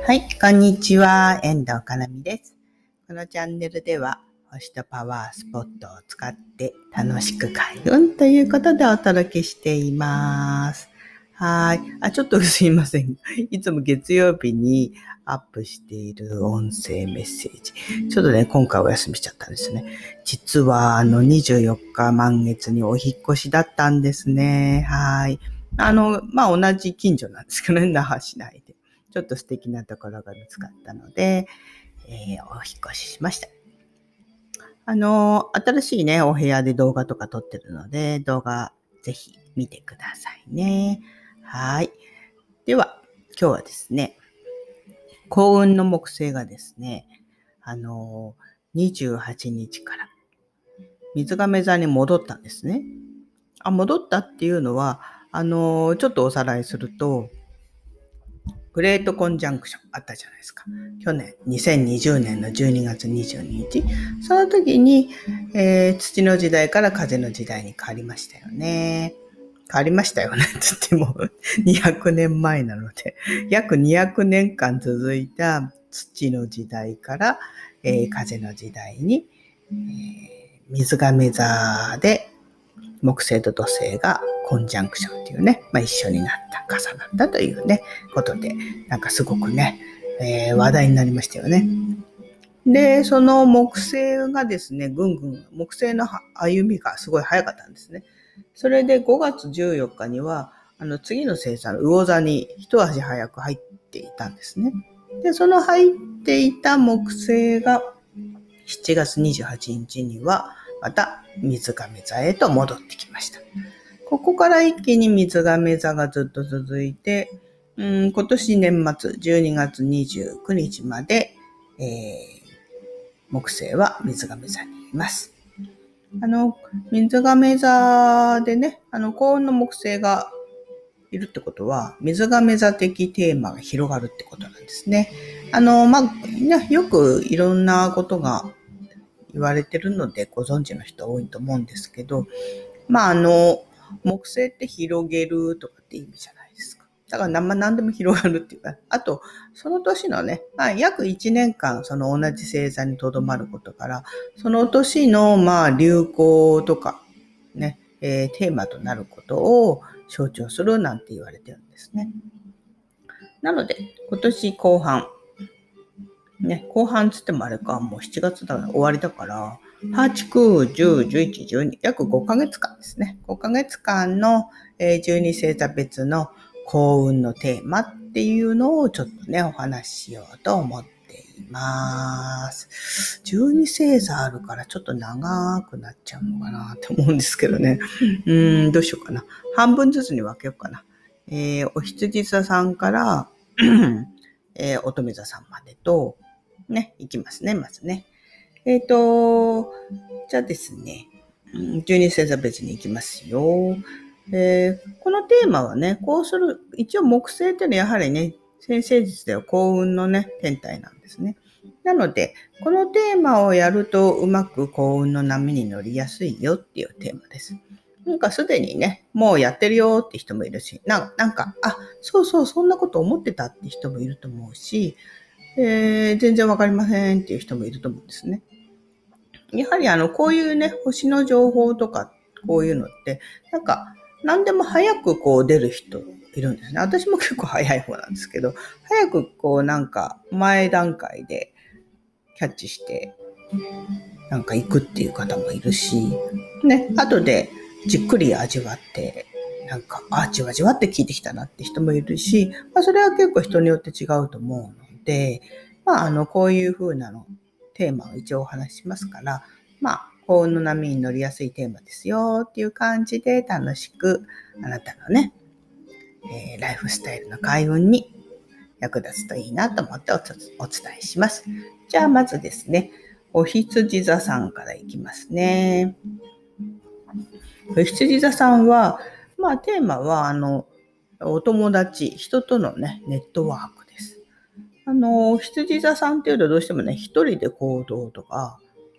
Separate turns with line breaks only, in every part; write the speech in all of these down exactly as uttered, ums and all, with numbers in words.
はい、こんにちは。遠藤かなみです。このチャンネルでは、星とパワースポットを使って楽しく開運ということでお届けしています。はい。あ、ちょっとすいません。いつも月曜日にアップしている音声メッセージ。ちょっとね、今回お休みしちゃったんですね。実は、あの、にじゅうよっか満月にお引っ越しだったんですね。はい。あの、まあ、同じ近所なんですけどね、那覇市内で。ちょっと素敵なところが見つかったので、えー、お引っ越ししました。あの、新しいね、お部屋で動画とか撮ってるので、動画ぜひ見てくださいね。はい。では、今日はですね、幸運の木星がですね、あの、にじゅうはちにちから水亀座に戻ったんですね。あ、戻ったっていうのは、あの、ちょっとおさらいすると、グレートコンジャンクションあったじゃないですか。去年、にせんにじゅうねんのじゅうにがつにじゅうににち。その時に、えー、土の時代から風の時代に変わりましたよね。変わりましたよねって言ってもにひゃくねんまえなので、約にひゃくねんかん続いた土の時代から、えー、風の時代に、えー、水亀座で木星と土星がコンジャンクションっていうね、まあ、一緒になった、重なったというね、ことで、なんかすごくね、えー、話題になりましたよね。で、その木星がですね、ぐんぐん、木星の歩みがすごい早かったんですね。それでごがつじゅうよっかには、あの次の星座の魚座に一足早く入っていたんですね。で、その入っていた木星がしちがつにじゅうはちにちには、また水亀座へと戻ってきました。ここから一気に水亀座がずっと続いて、うん、今年年末じゅうにがつにじゅうくにちまで、えー、木星は水亀座にいます。あの、水亀座でね、あの、幸運の木星がいるってことは、水亀座的テーマが広がるってことなんですね。あの、まあ、ね、よくいろんなことが言われてるのでご存知の人多いと思うんですけど、まああの、木星って広げるとかって意味じゃないですか。だから何, 何でも広がるっていうか、あと、その年のね、まあ、約いちねんかんその同じ星座にとどまることから、その年のまあ流行とかね、えー、テーマとなることを象徴するなんて言われてるんですね。なので、今年後半、ね、後半つってもあれか、もうしちがつだ終わりだから、はち、く、じゅう、じゅういち、じゅうに、約ごかげつかんですね。ごかげつかんのじゅうに星座別の幸運のテーマっていうのをちょっとね、お話ししようと思っています。じゅうに星座あるからちょっと長くなっちゃうのかなって思うんですけどね。うーん、どうしようかな。半分ずつに分けようかな。えー、お羊座さんから、えー、乙女座さんまでと、ね、いきますね、まずね。えっ、ー、と、じゃあですね、じゅうに星座別に行きますよ。えー、このテーマはね、こうする、一応木星っていうのはやはりね、先生術では幸運のね、天体なんですね。なので、このテーマをやるとうまく幸運の波に乗りやすいよっていうテーマです。なんかすでにね、もうやってるよって人もいるし、ななんか、あ、そうそう、そんなこと思ってたって人もいると思うし、えー、全然わかりませんっていう人もいると思うんですね。やはりあの、こういうね、星の情報とか、こういうのって、なんか、何でも早くこう出る人いるんですね。私も結構早い方なんですけど、早くこうなんか前段階でキャッチして、なんか行くっていう方もいるし、ね、後でじっくり味わって、なんか、あ、じわじわって聞いてきたなって人もいるし、まあ、それは結構人によって違うと思うので、まあ、あの、こういう風なの、テーマを一応お話ししますから、まあ、幸運の波に乗りやすいテーマですよっていう感じで楽しく、あなたのね、えー、ライフスタイルの開運に役立つといいなと思ってお伝えします。じゃあ、まずですね、お羊座さんからいきますね。お羊座さんは、まあテーマは、あの、お友達、人とのね、ネットワークです。あの、羊座さんっていうとどうしてもね、一人で行動とか、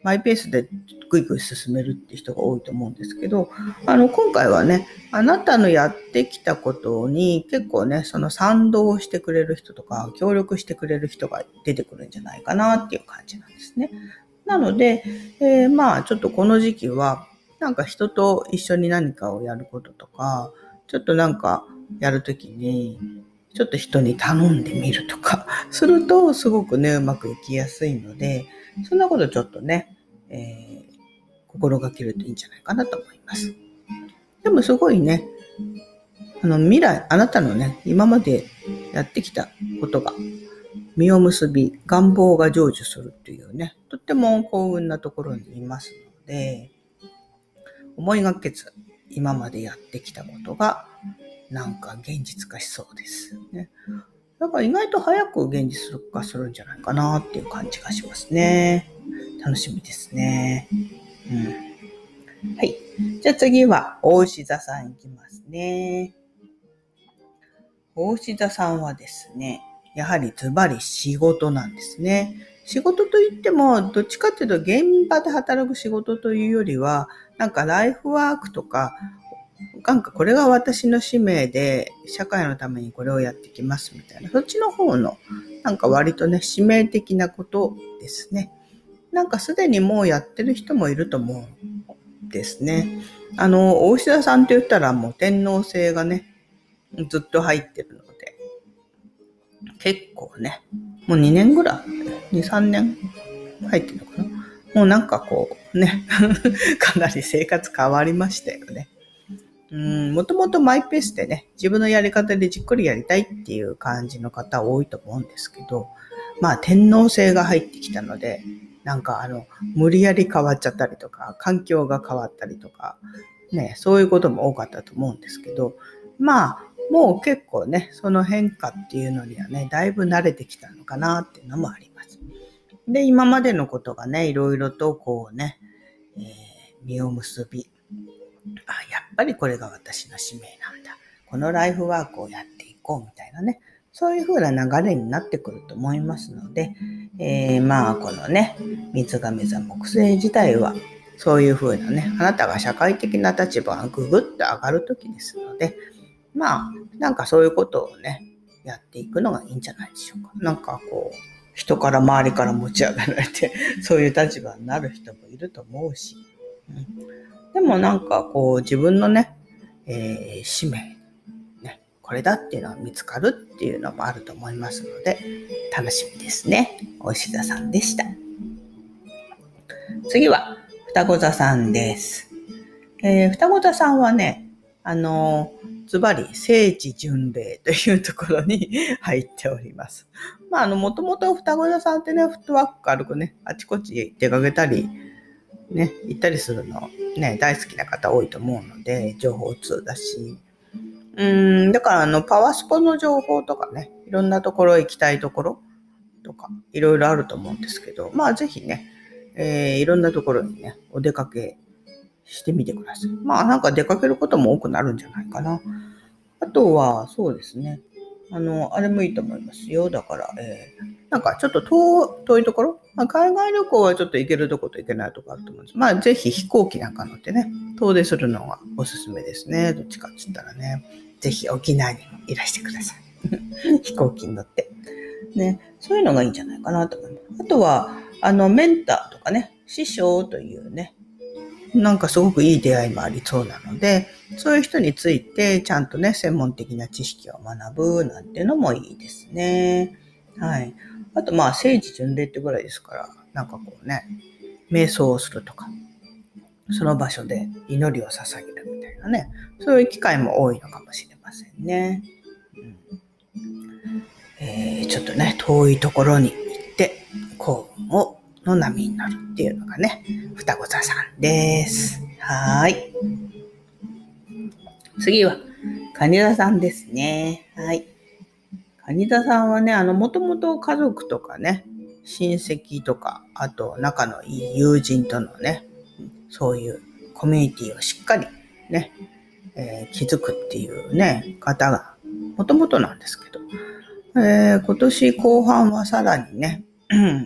マイペースでぐいぐい進めるって人が多いと思うんですけど、あの、今回はね、あなたのやってきたことに結構ね、その賛同してくれる人とか、協力してくれる人が出てくるんじゃないかなっていう感じなんですね。なので、えー、まあ、ちょっとこの時期は、なんか人と一緒に何かをやることとか、ちょっとなんかやるときに、ちょっと人に頼んでみるとか、するとすごくね、うまくいきやすいので、そんなことちょっとね、えー、心がけるといいんじゃないかなと思います。でもすごいね、あの未来、あなたのね、今までやってきたことが実を結び、願望が成就するっていうね、とっても幸運なところにいますので、思いがけず今までやってきたことがなんか現実化しそうですね。だから意外と早く現実化するんじゃないかなっていう感じがしますね。楽しみですね。うん、はい。じゃあ次は牡牛座さんいきますね。牡牛座さんはですね、やはりズバリ仕事なんですね。仕事といっても、どっちかというと現場で働く仕事というよりは、なんかライフワークとか、なんかこれが私の使命で社会のためにこれをやってきますみたいな、そっちの方のなんか割とね、使命的なことですね。なんかすでにもうやってる人もいると思うんですね。あの、大志田さんと言ったらもう天皇制がね、ずっと入ってるので、結構ね、もうにねんぐらい、に、さんねん入ってるのかな。もうなんかこうね、かなり生活変わりましたよね。うん、もともとマイペースでね、自分のやり方でじっくりやりたいっていう感じの方多いと思うんですけど、まあ天皇制が入ってきたので、なんかあの、無理やり変わっちゃったりとか、環境が変わったりとか、ね、そういうことも多かったと思うんですけど、まあ、もう結構ね、その変化っていうのにはね、だいぶ慣れてきたのかなっていうのもあります。で、今までのことがね、いろいろとこうね、えー、実を結び、あ、やっぱりこれが私の使命なんだ。このライフワークをやっていこうみたいなね。そういう風な流れになってくると思いますので、えー、まあこのね、三つ亀座木星自体はそういう風なね、あなたが社会的な立場がぐぐっと上がる時ですので、まあなんかそういうことをね、やっていくのがいいんじゃないでしょうか。なんかこう、人から周りから持ち上げられて、そういう立場になる人もいると思うし、うん、でもなんかこう自分のね、えー、使命、ね、これだっていうのが見つかるっていうのもあると思いますので、楽しみですね。お石田さんでした。次は双子座さんです。えー、双子座さんはね、あのズバリ聖地巡礼というところに入っております。まああのもともと双子座さんってね、フットワーク軽くね、あちこち出かけたりね、行ったりするのね、大好きな方多いと思うので、情報通だし。うーん、だからあの、パワースポの情報とかね、いろんなところ行きたいところとか、いろいろあると思うんですけど、まあぜひね、えー、いろんなところにね、お出かけしてみてください。まあなんか出かけることも多くなるんじゃないかな。あとは、そうですね。あの、あれもいいと思いますよ。だから、えー、なんかちょっと 遠, 遠いところ、まあ、海外旅行はちょっと行けるとこと行けないとこあると思うんです。まあ、ぜひ飛行機なんか乗ってね、遠出するのがおすすめですね。どっちかって言ったらね、ぜひ沖縄にもいらしてください。飛行機に乗って。ね、そういうのがいいんじゃないかなと思います。あとは、あの、メンターとかね、師匠というね、なんかすごくいい出会いもありそうなので、そういう人についてちゃんとね、専門的な知識を学ぶなんていうのもいいですね。はい。あとまあ、聖地巡礼ってぐらいですから、なんかこうね、瞑想をするとか、その場所で祈りを捧げるみたいなね、そういう機会も多いのかもしれませんね。うんえー、ちょっとね、遠いところに行って幸運をの波になるっていうのがね、双子座さんです。はい。次は、蟹座さんですね。はい。蟹座さんはね、あの、もともと家族とかね、親戚とか、あと仲のいい友人とのね、そういうコミュニティをしっかりね、えー、築くっていうね、方が、もともとなんですけど、えー、今年後半はさらにね、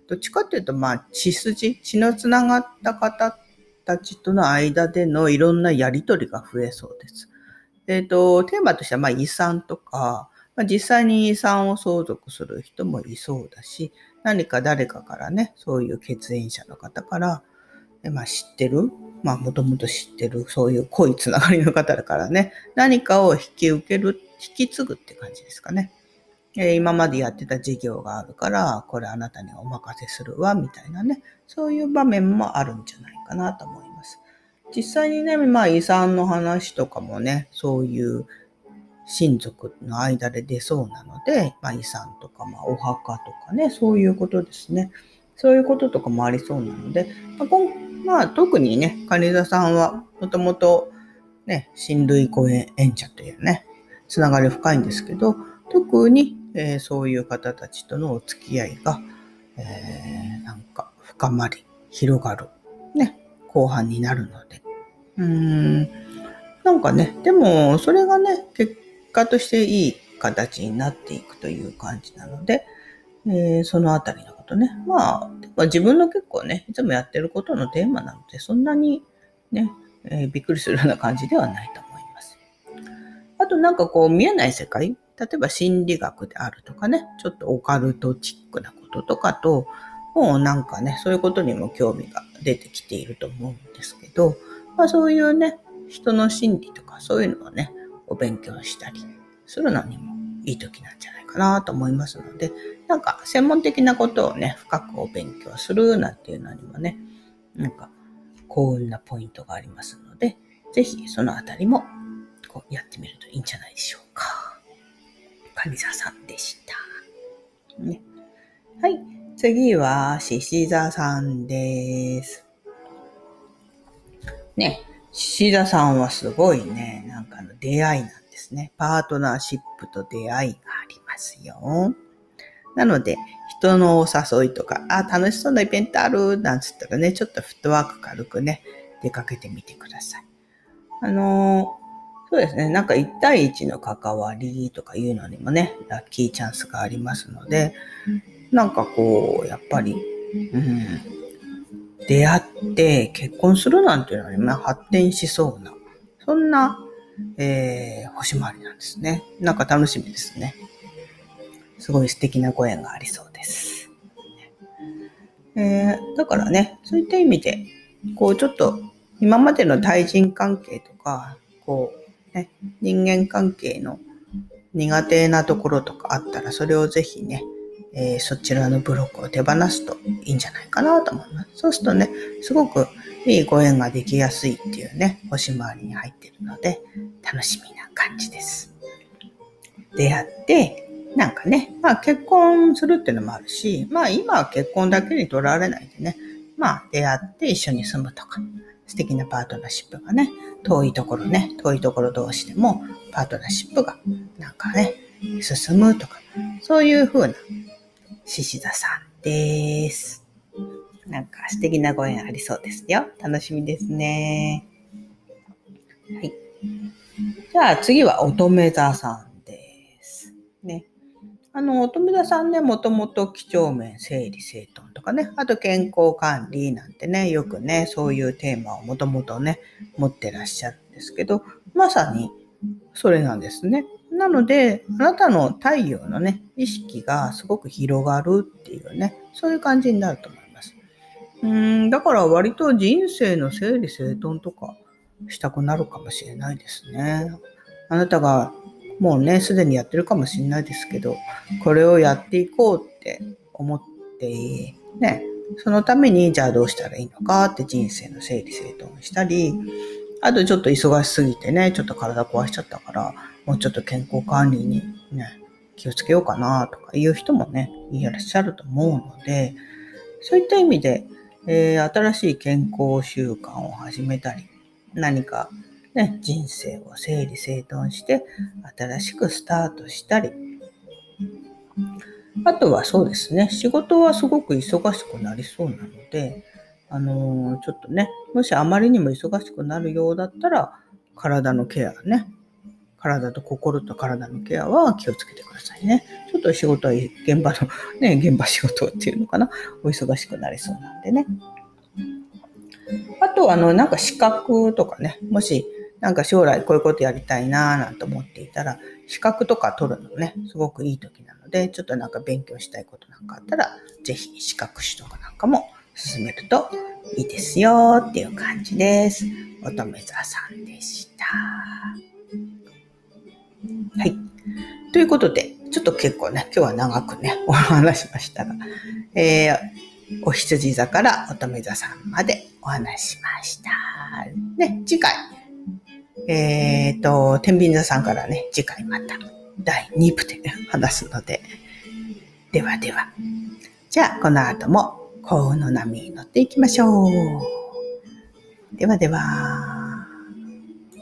どっちかっていうと、まあ、血筋、血のつながった方たちとの間でのいろんなやりとりが増えそうです。えっと、テーマとしては、まあ、遺産とか、まあ、実際に遺産を相続する人もいそうだし、何か誰かからね、そういう血縁者の方から、まあ、知ってる、まあ、もともと知ってる、そういう濃いつながりの方だからね、何かを引き受ける、引き継ぐって感じですかね。えー、今までやってた事業があるから、これあなたにお任せするわ、みたいなね、そういう場面もあるんじゃないかなと思います。実際にね、まあ遺産の話とかもね、そういう親族の間で出そうなので、まあ、遺産とか、まあ、お墓とかね、そういうことですね。そういうこととかもありそうなので、まあ、まあ、特にね、蟹座さんはもともとね、親類ご縁者というね、つながり深いんですけど、特に、えー、そういう方たちとのお付き合いが、えー、なんか深まり、広がる、ね、後半になるので、うーん、なんかね、でも、それがね、結果としていい形になっていくという感じなので、えー、そのあたりのことね。まあ、まあ、自分の結構ね、いつもやってることのテーマなので、そんなにね、えー、びっくりするような感じではないと思います。あとなんかこう見えない世界、例えば心理学であるとかね、ちょっとオカルトチックなこととかと、もうなんかね、そういうことにも興味が出てきていると思うんですけど、まあそういうね、人の心理とかそういうのをね、お勉強したりするのにもいい時なんじゃないかなと思いますので、なんか専門的なことをね、深くお勉強するなんていうのにもね、なんか幸運なポイントがありますので、ぜひそのあたりもこうやってみるといいんじゃないでしょうか。蟹座さんでした。ね、はい。次は獅子座さんです。ね。獅子座さんはすごいね、なんかの出会いなんですね。パートナーシップと出会いがありますよ。なので、人のお誘いとか、あ、楽しそうなイベントあるなんつったらね、ちょっとフットワーク軽くね、出かけてみてください。あのー、そうですね、なんかいち対いちの関わりとかいうのにもね、ラッキーチャンスがありますので、なんかこう、やっぱり、うん、出会って結婚するなんていうのに、まあ、発展しそうな、そんな、えー、星回りなんですね。なんか楽しみですね。すごい素敵なご縁がありそうです。えー、だからね、そういった意味で、こうちょっと今までの対人関係とか、こうね、人間関係の苦手なところとかあったら、それをぜひね、えー、そちらのブロックを手放すといいんじゃないかなと思います。そうするとね、すごくいいご縁ができやすいっていうね、星回りに入っているので、楽しみな感じです。出会って、なんかね、まあ結婚するっていうのもあるし、まあ今は結婚だけにとらわれないでね、まあ出会って一緒に住むとか、素敵なパートナーシップがね、遠いところね、遠いところ同士でもパートナーシップがなんかね、進むとか、そういう風な獅子座さんです。なんか素敵なご縁ありそうですよ。楽しみですね。はい。じゃあ次は乙女座さんです。ね。あの、乙女座さんね、もともと几帳面、整理整頓とかね、あと健康管理なんてね、よくね、そういうテーマをもともとね、持ってらっしゃるんですけど、まさにそれなんですね。なので、あなたの太陽のね、意識がすごく広がるっていうね、そういう感じになると思います。うーん、だから割と人生の整理整頓とかしたくなるかもしれないですね。あなたがもうね、すでにやってるかもしれないですけど、これをやっていこうって思って、ね、そのためにじゃあどうしたらいいのかって人生の整理整頓したり、あとちょっと忙しすぎてね、ちょっと体壊しちゃったから、もうちょっと健康管理にね、気をつけようかなとかいう人もね、いらっしゃると思うので、そういった意味で、えー、新しい健康習慣を始めたり、何かね、人生を整理整頓して新しくスタートしたり、あとはそうですね、仕事はすごく忙しくなりそうなので、あのー、ちょっとね、もしあまりにも忙しくなるようだったら、体のケアね、体と心と体のケアは気をつけてくださいね。ちょっと仕事は現場のね、現場仕事っていうのかな、お忙しくなりそうなんでね。あとはあのなんか資格とかね、もしなんか将来こういうことやりたいなーなんて思っていたら、資格とか取るのね、すごくいい時なので、ちょっとなんか勉強したいことなんかあったら、ぜひ資格取得なんかも進めるといいですよっていう感じです。乙女座さんでした。はい。ということで、ちょっと結構ね、今日は長くね、お話しましたが、えー、お羊座から乙女座さんまでお話ししました。ね、次回、えっと、天秤座さんからね、次回まただいに部で話すので、ではでは。じゃあ、この後も幸運の波に乗っていきましょう。ではでは。